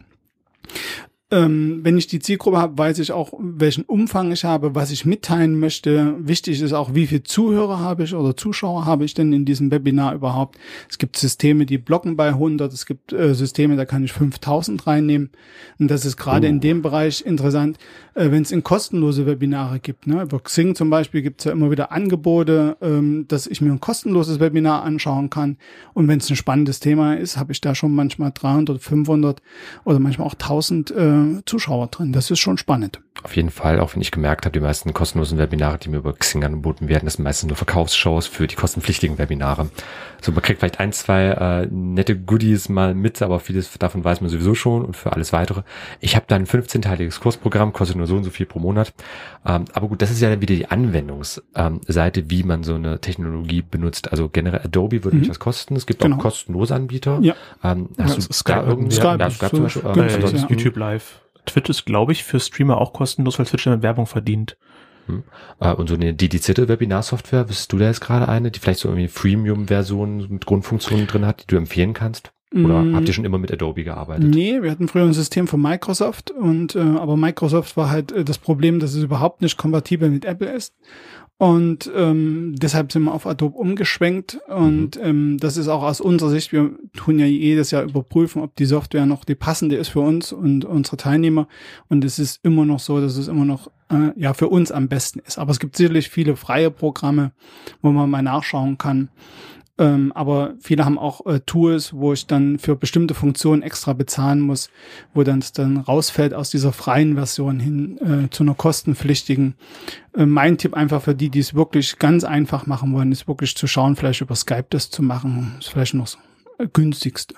Ähm, wenn ich die Zielgruppe habe, weiß ich auch, welchen Umfang ich habe, was ich mitteilen möchte. Wichtig ist auch, wie viele Zuhörer habe ich oder Zuschauer habe ich denn in diesem Webinar überhaupt. Es gibt Systeme, die blocken bei hundert. Es gibt äh, Systeme, da kann ich fünftausend reinnehmen. Und das ist gerade oh. in dem Bereich interessant, äh, wenn es in kostenlose Webinare gibt. Ne? Über Xing zum Beispiel gibt es ja immer wieder Angebote, ähm, dass ich mir ein kostenloses Webinar anschauen kann. Und wenn es ein spannendes Thema ist, habe ich da schon manchmal dreihundert, fünfhundert oder manchmal auch tausend äh, Zuschauer drin. Das ist schon spannend. Auf jeden Fall, auch wenn ich gemerkt habe, die meisten kostenlosen Webinare, die mir über Xing angeboten werden, das sind meistens nur Verkaufsshows für die kostenpflichtigen Webinare. So, man kriegt vielleicht ein, zwei äh, nette Goodies mal mit, aber vieles davon weiß man sowieso schon und für alles weitere. Ich habe da ein fünfzehnteiliges Kursprogramm, kostet nur so und so viel pro Monat. Ähm, aber gut, das ist ja dann wieder die Anwendungsseite, ähm, wie man so eine Technologie benutzt. Also generell Adobe würde mhm. nicht was kosten. Es gibt genau. auch kostenlose Anbieter. Ja. Ähm, hast ja, du Skype, da irgendwie? Skype, ja, Skype so zum Beispiel. Äh, günstig, ja. YouTube Live. Twitch ist, glaube ich, für Streamer auch kostenlos, weil Twitch damit Werbung verdient. Hm. Äh, und so eine dedizierte Webinar-Software, bist du da jetzt gerade eine, die vielleicht so irgendwie Freemium-Version mit Grundfunktionen drin hat, die du empfehlen kannst? Oder mm. habt ihr schon immer mit Adobe gearbeitet? Nee, wir hatten früher ein System von Microsoft und äh, aber Microsoft war halt äh, das Problem, dass es überhaupt nicht kompatibel mit Apple ist. Und ähm, deshalb sind wir auf Adobe umgeschwenkt und mhm. ähm, das ist auch aus unserer Sicht, wir tun ja jedes Jahr überprüfen, ob die Software noch die passende ist für uns und unsere Teilnehmer und es ist immer noch so, dass es immer noch äh, ja für uns am besten ist. Aber es gibt sicherlich viele freie Programme, wo man mal nachschauen kann. Ähm, aber viele haben auch äh, Tools, wo ich dann für bestimmte Funktionen extra bezahlen muss, wo dann es dann rausfällt aus dieser freien Version hin äh, zu einer kostenpflichtigen. Äh, mein Tipp einfach für die, die es wirklich ganz einfach machen wollen, ist wirklich zu schauen, vielleicht über Skype das zu machen. Das ist vielleicht noch das äh, günstigste.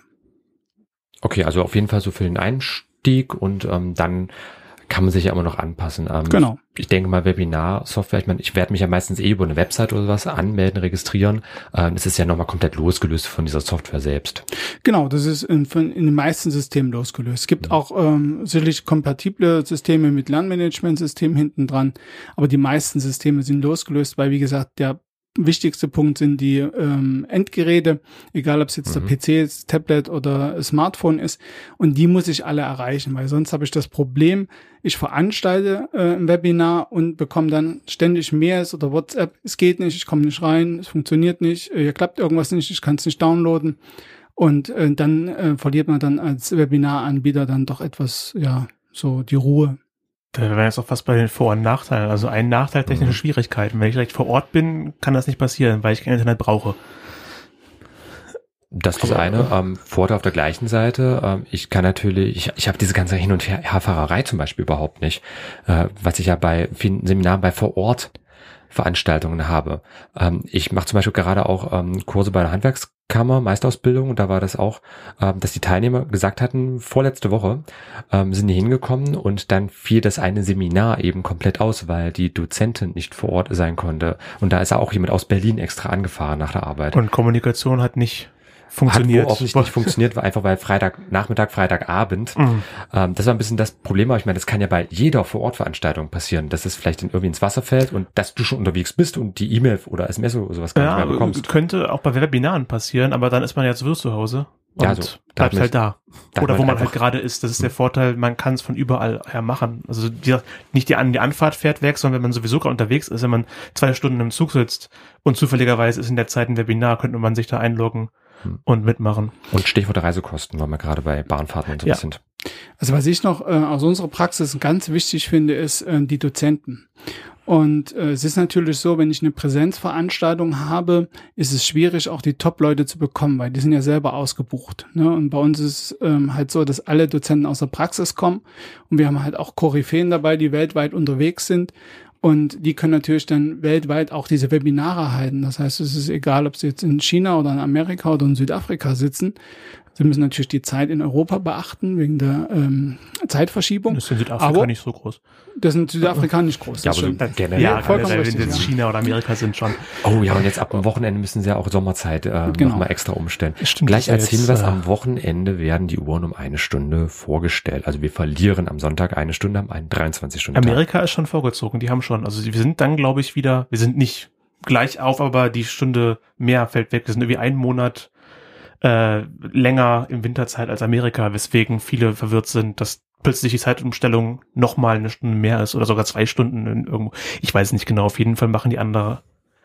Okay, also auf jeden Fall so für den Einstieg und ähm, dann kann man sich ja immer noch anpassen. Ähm, genau. Ich denke mal Webinar-Software, ich meine, ich werde mich ja meistens eh über eine Website oder sowas anmelden, registrieren. Ähm, das ist ja nochmal komplett losgelöst von dieser Software selbst. Genau, das ist in, in den meisten Systemen losgelöst. Es gibt mhm. auch ähm, sicherlich kompatible Systeme mit Lernmanagementsystemen hinten dran, aber die meisten Systeme sind losgelöst, weil wie gesagt, der wichtigste Punkt sind die ähm, Endgeräte, egal ob es jetzt mhm. der P C ist, Tablet oder Smartphone ist und die muss ich alle erreichen, weil sonst habe ich das Problem, ich veranstalte äh, ein Webinar und bekomme dann ständig Mails oder WhatsApp, es geht nicht, ich komme nicht rein, es funktioniert nicht, äh, hier klappt irgendwas nicht, ich kann es nicht downloaden und äh, dann äh, verliert man dann als Webinaranbieter dann doch etwas, ja, so die Ruhe. Da wären jetzt auch fast bei den Vor- und Nachteilen. Also ein Nachteil, technische mhm. Schwierigkeiten. Wenn ich direkt vor Ort bin, kann das nicht passieren, weil ich kein Internet brauche. Das ist das eine. Ähm, Vorteil auf der gleichen Seite. Ähm, ich kann natürlich, ich, ich habe diese ganze Hin- und Herfahrerei zum Beispiel überhaupt nicht, äh, was ich ja bei vielen Seminaren bei Vor-Ort Veranstaltungen habe. Ähm, ich mache zum Beispiel gerade auch ähm, Kurse bei der Handwerkskammer, Meisterausbildung, und da war das auch, ähm, dass die Teilnehmer gesagt hatten, vorletzte Woche ähm, sind die hingekommen und dann fiel das eine Seminar eben komplett aus, weil die Dozentin nicht vor Ort sein konnte. Und da ist auch jemand aus Berlin extra angefahren nach der Arbeit. Und Kommunikation hat nicht funktioniert. Hat offensichtlich nicht funktioniert, war einfach weil Freitagnachmittag, Freitagabend. Mhm. Ähm, das war ein bisschen das Problem, aber ich meine, das kann ja bei jeder Vor-Ort-Veranstaltung passieren, dass es vielleicht irgendwie ins Wasser fällt und dass du schon unterwegs bist und die E-Mail oder S M S oder sowas gar ja, nicht mehr bekommst. Könnte auch bei Webinaren passieren, aber dann ist man ja sowieso zu Hause und ja, also, bleibt da halt da. Da oder wo man einfach, halt gerade ist. Das ist der Vorteil, man kann es von überall her machen. Also die, nicht die, An- die Anfahrt fährt weg, sondern wenn man sowieso gerade unterwegs ist, wenn man zwei Stunden im Zug sitzt und zufälligerweise ist in der Zeit ein Webinar, könnte man sich da einloggen und mitmachen. Und Stichwort Reisekosten, weil wir gerade bei Bahnfahrten und sowas ja. sind. Also was ich noch äh, aus unserer Praxis ganz wichtig finde, ist äh, die Dozenten. Und äh, es ist natürlich so, wenn ich eine Präsenzveranstaltung habe, ist es schwierig, auch die Top-Leute zu bekommen, weil die sind ja selber ausgebucht. Ne? Und bei uns ist es ähm, halt so, dass alle Dozenten aus der Praxis kommen. Und wir haben halt auch Koryphäen dabei, die weltweit unterwegs sind. Und die können natürlich dann weltweit auch diese Webinare halten. Das heißt, es ist egal, ob sie jetzt in China oder in Amerika oder in Südafrika sitzen. Sie müssen natürlich die Zeit in Europa beachten, wegen der ähm, Zeitverschiebung. Das ist in Südafrika aber nicht so groß. Das ist in Südafrika nicht groß. Ja, Das aber stimmt. generell. Ja, vollkommen wenn richtig, jetzt ja. China oder Amerika sind schon. Oh ja, und jetzt ab dem Wochenende müssen sie ja auch Sommerzeit äh, Genau. nochmal extra umstellen. Stimmt, Gleich das als ist ja jetzt, Hinweis, äh, am Wochenende werden die Uhren um eine Stunde vorgestellt. Also wir verlieren am Sonntag eine Stunde, haben einen dreiundzwanzig Stunden Tag. Amerika ist schon vorgezogen, die haben schon. Also wir sind dann, glaube ich, wieder, wir sind nicht gleich auf, aber die Stunde mehr fällt weg. Wir sind irgendwie einen Monat äh, länger im Winterzeit als Amerika, weswegen viele verwirrt sind, dass plötzlich die Zeitumstellung nochmal eine Stunde mehr ist oder sogar zwei Stunden in irgendwo. Ich weiß nicht genau, auf jeden Fall machen die andere.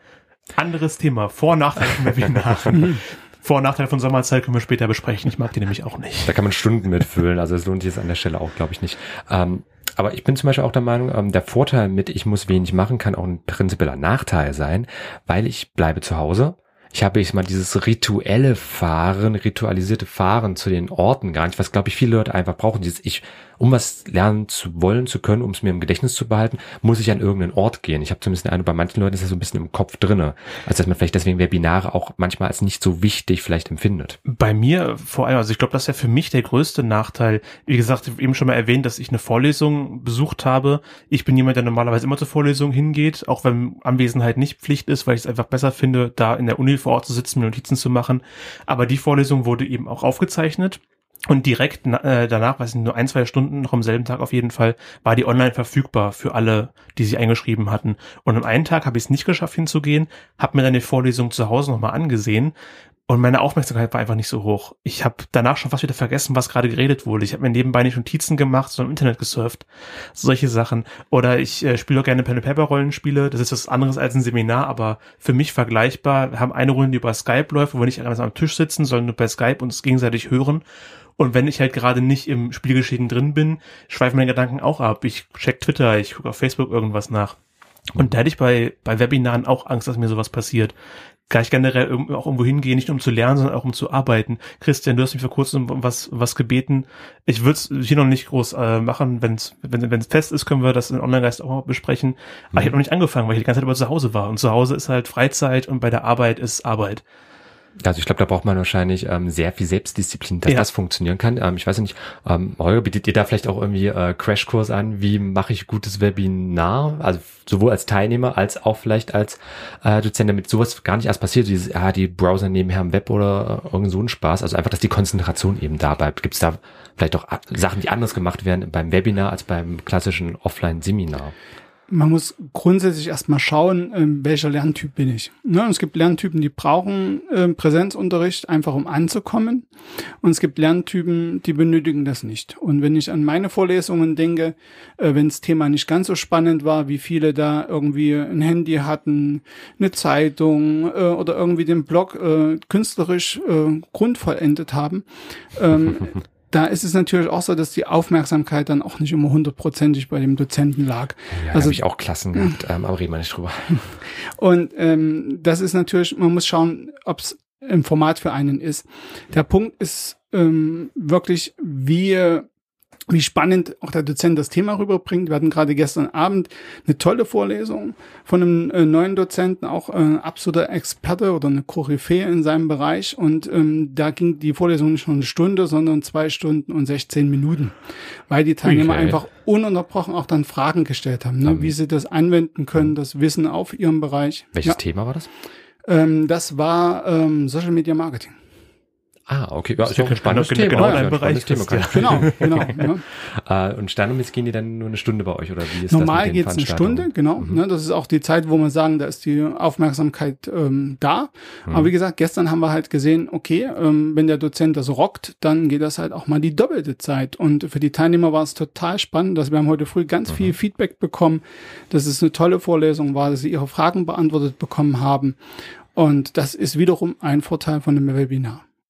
Anderes Thema. Vor- und Nachteile von Webinaren. Vor- und Nachteile von Sommerzeit können wir später besprechen. Ich mag die nämlich auch nicht. Da kann man Stunden mitfüllen, also es lohnt sich jetzt an der Stelle auch, glaube ich, nicht. Ähm, aber ich bin zum Beispiel auch der Meinung, ähm, der Vorteil mit ich muss wenig machen, kann auch ein prinzipieller Nachteil sein, weil ich bleibe zu Hause. Ich habe jetzt mal dieses rituelle Fahren, ritualisierte Fahren zu den Orten gar nicht, was, glaube ich, viele Leute einfach brauchen. Dieses ich, um was lernen zu wollen, zu können, um es mir im Gedächtnis zu behalten, muss ich an irgendeinen Ort gehen. Ich habe zumindest den Eindruck, bei manchen Leuten ist das so ein bisschen im Kopf drinne. Also dass man vielleicht deswegen Webinare auch manchmal als nicht so wichtig vielleicht empfindet. Bei mir vor allem, also ich glaube, das ist ja für mich der größte Nachteil. Wie gesagt, ich habe eben schon mal erwähnt, dass ich eine Vorlesung besucht habe. Ich bin jemand, der normalerweise immer zur Vorlesung hingeht, auch wenn Anwesenheit nicht Pflicht ist, weil ich es einfach besser finde, da in der Uni vor Ort zu sitzen, mir Notizen zu machen. Aber die Vorlesung wurde eben auch aufgezeichnet. Und direkt äh, danach, weiß ich nicht, nur ein, zwei Stunden, noch am selben Tag auf jeden Fall, war die online verfügbar für alle, die sich eingeschrieben hatten. Und am einen Tag habe ich es nicht geschafft hinzugehen, habe mir dann die Vorlesung zu Hause nochmal angesehen und meine Aufmerksamkeit war einfach nicht so hoch. Ich habe danach schon fast wieder vergessen, was gerade geredet wurde. Ich habe mir nebenbei nicht Notizen gemacht, sondern im Internet gesurft. Solche Sachen. Oder ich äh, spiele auch gerne Pen-and-Paper-Rollenspiele. Das ist was anderes als ein Seminar, aber für mich vergleichbar. Wir haben eine Runde, die über Skype läuft, wo wir nicht alle am Tisch sitzen, sondern nur bei Skype uns gegenseitig hören. Und wenn ich halt gerade nicht im Spielgeschehen drin bin, schweifen meine Gedanken auch ab. Ich check Twitter, ich gucke auf Facebook irgendwas nach. Und da hätte ich bei, bei Webinaren auch Angst, dass mir sowas passiert. Gleich generell auch irgendwo hingehen, nicht nur um zu lernen, sondern auch um zu arbeiten. Christian, du hast mich vor kurzem um was, was gebeten. Ich würde es hier noch nicht groß äh, machen. Wenn's, wenn es fest ist, können wir das in Online-Geist auch mal besprechen. Aber ich habe noch nicht angefangen, weil ich die ganze Zeit über zu Hause war. Und zu Hause ist halt Freizeit und bei der Arbeit ist Arbeit. Also ich glaube, da braucht man wahrscheinlich ähm, sehr viel Selbstdisziplin, dass ja. das funktionieren kann. Ähm, ich weiß nicht, ähm, Holger, bietet ihr da vielleicht auch irgendwie äh, Crashkurs an? Wie mache ich gutes Webinar? Also sowohl als Teilnehmer als auch vielleicht als äh, Dozent, damit sowas gar nicht erst passiert. Dieses, ja, die Browser nebenher im Web oder äh, irgend so ein Spaß. Also einfach, dass die Konzentration eben da bleibt. Gibt es da vielleicht auch Sachen, die anders gemacht werden beim Webinar als beim klassischen Offline-Seminar? Man muss grundsätzlich erstmal schauen, ähm, welcher Lerntyp bin ich. Ne? Und es gibt Lerntypen, die brauchen äh, Präsenzunterricht, einfach um anzukommen. Und es gibt Lerntypen, die benötigen das nicht. Und wenn ich an meine Vorlesungen denke, äh, wenn das Thema nicht ganz so spannend war, wie viele da irgendwie ein Handy hatten, eine Zeitung äh, oder irgendwie den Blog äh, künstlerisch äh, grundvollendet haben, ähm, da ist es natürlich auch so, dass die Aufmerksamkeit dann auch nicht immer hundertprozentig bei dem Dozenten lag. Ja, also habe ich auch Klassen gehabt, ähm, aber reden wir nicht drüber. Und ähm, das ist natürlich, man muss schauen, ob es im Format für einen ist. Der Punkt ist ähm, wirklich, wie wie spannend auch der Dozent das Thema rüberbringt. Wir hatten gerade gestern Abend eine tolle Vorlesung von einem äh, neuen Dozenten, auch äh, absoluter Experte oder eine Koryphäe in seinem Bereich. Und ähm, da ging die Vorlesung nicht nur eine Stunde, sondern zwei Stunden und sechzehn Minuten, weil die Teilnehmer okay. einfach ununterbrochen auch dann Fragen gestellt haben, ne, um, wie sie das anwenden können, das Wissen auf ihrem Bereich. Welches ja. Thema war das? Ähm, das war ähm, Social Media Marketing. Ah, okay. Ja, ist ja kein spannendes genau, Thema. Genau, Ja, dein Bereich. Thema. Ja. Genau, genau. Ja. äh, und standardmäßig gehen die dann nur eine Stunde bei euch, oder wie ist Normal das mit den geht's eine Stunde, genau. Mhm. Ne, das ist auch die Zeit, wo wir sagen, da ist die Aufmerksamkeit ähm, da. Mhm. Aber wie gesagt, gestern haben wir halt gesehen, okay, ähm, wenn der Dozent das rockt, dann geht das halt auch mal die doppelte Zeit. Und für die Teilnehmer war es total spannend, dass wir haben heute früh ganz mhm. viel Feedback bekommen, dass es eine tolle Vorlesung war, dass sie ihre Fragen beantwortet bekommen haben. Und das ist wiederum ein Vorteil von einem Webinar.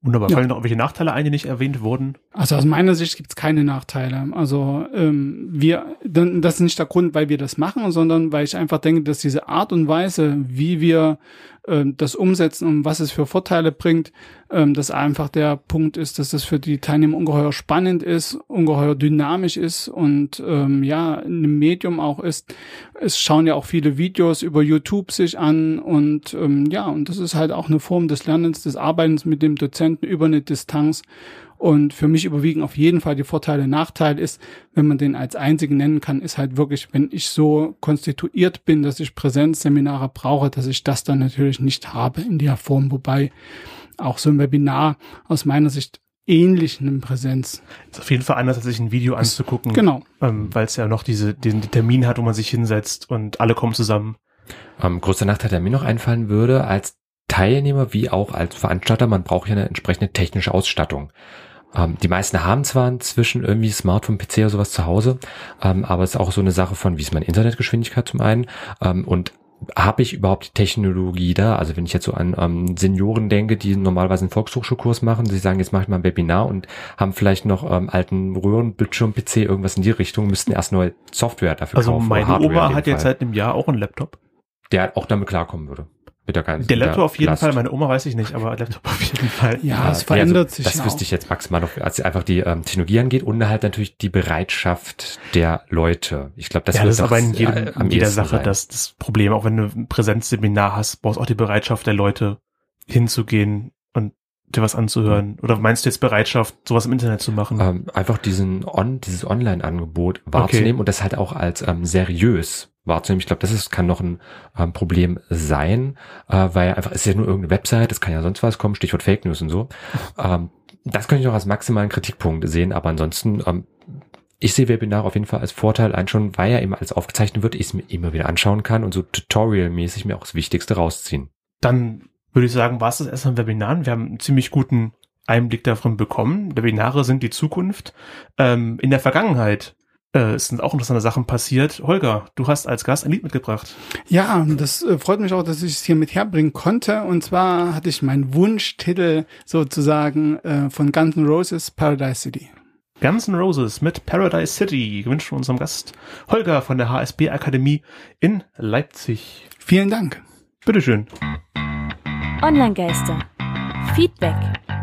Wunderbar. Ja. Fallen noch irgendwelche Nachteile ein, die nicht erwähnt wurden? Also aus meiner Sicht gibt es keine Nachteile. Also ähm, wir, dann, das ist nicht der Grund, weil wir das machen, sondern weil ich einfach denke, dass diese Art und Weise, wie wir ähm, das umsetzen und was es für Vorteile bringt, ähm, dass einfach der Punkt ist, dass das für die Teilnehmer ungeheuer spannend ist, ungeheuer dynamisch ist und ähm, ja, ein Medium auch ist. Es schauen ja auch viele Videos über YouTube sich an und ähm, ja, und das ist halt auch eine Form des Lernens, des Arbeitens mit dem Dozenten über eine Distanz. Und für mich überwiegen auf jeden Fall die Vorteile. Nachteil ist, wenn man den als einzigen nennen kann, ist halt wirklich, wenn ich so konstituiert bin, dass ich Präsenzseminare brauche, dass ich das dann natürlich nicht habe in der Form. Wobei auch so ein Webinar aus meiner Sicht ähnlich einem Präsenz. Ist auf jeden Fall anders, als sich ein Video anzugucken. Genau. Ähm, weil es ja noch diese, den Termin hat, wo man sich hinsetzt und alle kommen zusammen. Ähm, größter Nachteil, der mir noch einfallen würde, als Teilnehmer wie auch als Veranstalter, man braucht ja eine entsprechende technische Ausstattung. Ähm, die meisten haben zwar inzwischen irgendwie Smartphone, P C oder sowas zu Hause, ähm, aber es ist auch so eine Sache von, wie ist meine Internetgeschwindigkeit zum einen ähm, und habe ich überhaupt die Technologie da? Also wenn ich jetzt so an ähm, Senioren denke, die normalerweise einen Volkshochschulkurs machen, sie sagen, jetzt mache ich mal ein Webinar und haben vielleicht noch ähm, alten Röhrenbildschirm-P C, irgendwas in die Richtung, müssten erst neue Software dafür also kaufen. meine Hardware Oma in dem hat jetzt Fall, seit einem Jahr auch einen Laptop. der auch damit klarkommen würde. Mit der ganzen, Der Laptop auf jeden Last. Fall, meine Oma weiß ich nicht, aber Laptop auf jeden Fall. Ja, es Ja, verändert also sich Das ja wüsste auch. ich jetzt maximal noch, als einfach die ähm, Technologie angeht und halt natürlich die Bereitschaft der Leute. Ich glaube, das ja, wird das ist doch, aber in, jedem, äh, am in jeder ehesten Sache sein. das, das Problem. Auch wenn du ein Präsenzseminar hast, brauchst du auch die Bereitschaft der Leute, hinzugehen und dir was anzuhören. Oder meinst du jetzt Bereitschaft, sowas im Internet zu machen? Ähm, einfach diesen On, dieses Online-Angebot wahrzunehmen Okay. und das halt auch als ähm, seriös wahrzunehmen. Ich glaube, das ist, kann noch ein ähm, Problem sein, äh, weil einfach, es ist ja nur irgendeine Website, es kann ja sonst was kommen, Stichwort Fake News und so. Ähm, das könnte ich noch als maximalen Kritikpunkt sehen, aber ansonsten, ähm, ich sehe Webinare auf jeden Fall als Vorteil ein, schon weil ja immer alles aufgezeichnet wird, ich es mir immer wieder anschauen kann und so tutorialmäßig mir auch das Wichtigste rausziehen. Dann würde ich sagen, war es das erst an Webinaren. Wir haben einen ziemlich guten Einblick davon bekommen. Webinare sind die Zukunft. Ähm, in der Vergangenheit äh, es sind auch interessante Sachen passiert. Holger, du hast als Gast ein Lied mitgebracht. Ja, das äh, freut mich auch, dass ich es hier mit herbringen konnte. Und zwar hatte ich meinen Wunschtitel sozusagen äh, von Guns N' Roses, Paradise City. Guns N' Roses mit Paradise City, gewünscht von unserem Gast Holger von der H S B Akademie in Leipzig. Vielen Dank. Bitteschön. Online-Geister. Feedback.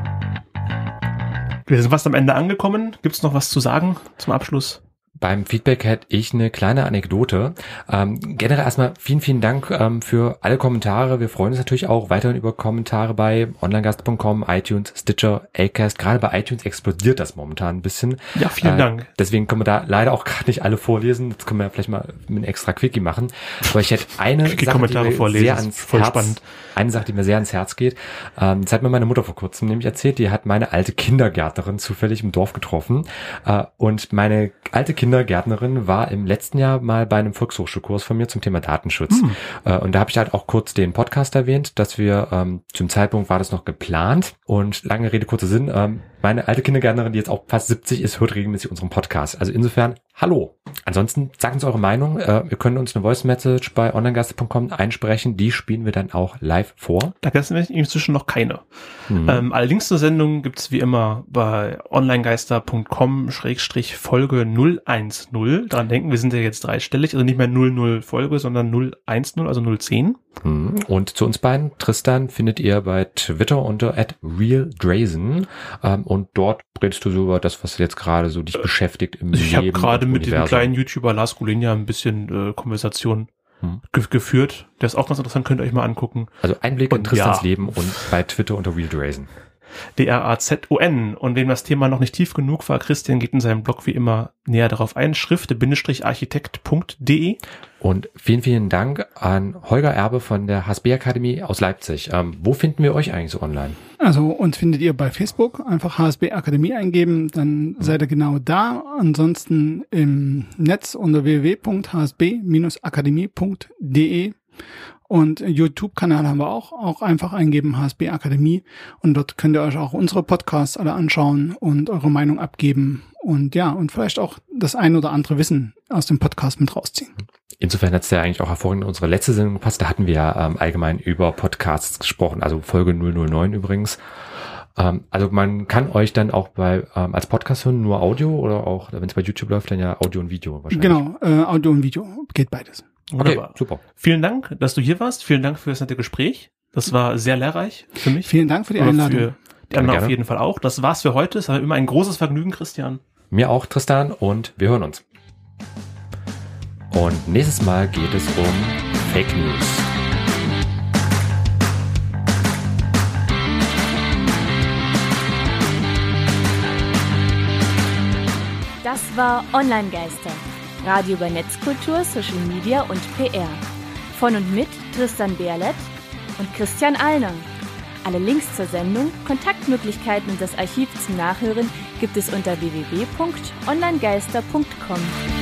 Wir sind fast am Ende angekommen. Gibt es noch was zu sagen zum Abschluss? Beim Feedback hätte ich eine kleine Anekdote. Ähm, generell erstmal vielen, vielen Dank ähm, für alle Kommentare. Wir freuen uns natürlich auch weiterhin über Kommentare bei onlinegeister punkt com, iTunes, Stitcher, Acast. Gerade bei iTunes explodiert das momentan ein bisschen. Ja, vielen äh, Dank. Deswegen können wir da leider auch gerade nicht alle vorlesen. Jetzt können wir vielleicht mal mit einem extra Quickie machen. Aber ich hätte eine Sache, die Kommentare mir vorlesen, sehr ist ans voll Herz, spannend. eine Sache, die mir sehr ans Herz geht. Ähm, das hat mir meine Mutter vor kurzem nämlich erzählt. Die hat meine alte Kindergärtnerin zufällig im Dorf getroffen. Äh, und meine alte Kindergärtnerin war im letzten Jahr mal bei einem Volkshochschulkurs von mir zum Thema Datenschutz. Hm. Äh, und da habe ich halt auch kurz den Podcast erwähnt, dass wir, ähm, zum Zeitpunkt war das noch geplant. Und lange Rede, kurzer Sinn, ähm, meine alte Kindergärtnerin, die jetzt auch fast siebzig ist, hört regelmäßig unseren Podcast. Also insofern, hallo. Ansonsten sagt uns eure Meinung. Äh, ihr könnt uns eine Voice Message bei onlinegeister punkt com einsprechen. Die spielen wir dann auch live vor. Da gibt es inzwischen noch keine. Hm. Ähm, alle Links zur Sendung gibt's wie immer bei onlinegeister punkt com Schrägstrich Folge null eins null. Daran denken, wir sind ja jetzt dreistellig, also nicht mehr null null Folge, sondern null eins null, also null zehn. Hm. Und zu uns beiden, Tristan, findet ihr bei Twitter unter at realdrazen. Ähm, und dort redest du so über das, was jetzt gerade so dich beschäftigt im Ich habe Leben gerade und mit diesem Universum. kleinen YouTuber Lars Golinia ein bisschen äh, Konversation Hm. ge geführt. Der ist auch ganz interessant, könnt ihr euch mal angucken. Also Einblick in Und Tristans ja. Leben und bei Twitter unter realdrazen. D R A Z O N. Und wem das Thema noch nicht tief genug war, Christian geht in seinem Blog wie immer näher darauf ein. Schrifte-architekt punkt de. Und vielen, vielen Dank an Holger Erbe von der H S B Akademie aus Leipzig. Ähm, wo finden wir euch eigentlich so online? Also uns findet ihr bei Facebook, einfach H S B Akademie eingeben, dann seid ihr genau da. Ansonsten im Netz unter w w w punkt h s b Bindestrich akademie punkt de. Und YouTube-Kanal haben wir auch, auch einfach eingeben, H S B Akademie. Und dort könnt ihr euch auch unsere Podcasts alle anschauen und eure Meinung abgeben. Und ja, und vielleicht auch das ein oder andere Wissen aus dem Podcast mit rausziehen. Insofern hat es ja eigentlich auch hervorragend in unsere letzte Sendung gepasst. Da hatten wir ja ähm, allgemein über Podcasts gesprochen, also Folge null null neun übrigens. Ähm, also man kann euch dann auch bei ähm, als Podcast hören, nur Audio oder auch, wenn es bei YouTube läuft, dann ja Audio und Video wahrscheinlich. Genau, äh, Audio und Video, geht beides. Wunderbar. Okay, super. Vielen Dank, dass du hier warst. Vielen Dank für das nette Gespräch. Das war sehr lehrreich für mich. Vielen Dank für die Aber Einladung. Für die anderen Gerne. auf jeden Fall auch. Das war's für heute. Es war immer ein großes Vergnügen, Christian. Mir auch, Tristan, und wir hören uns. Und nächstes Mal geht es um Fake News. Das war Online-Geister. Radio über Netzkultur, Social Media und P R. Von und mit Tristan Berlet und Christian Allner. Alle Links zur Sendung, Kontaktmöglichkeiten und das Archiv zum Nachhören gibt es unter w w w punkt online geister punkt com.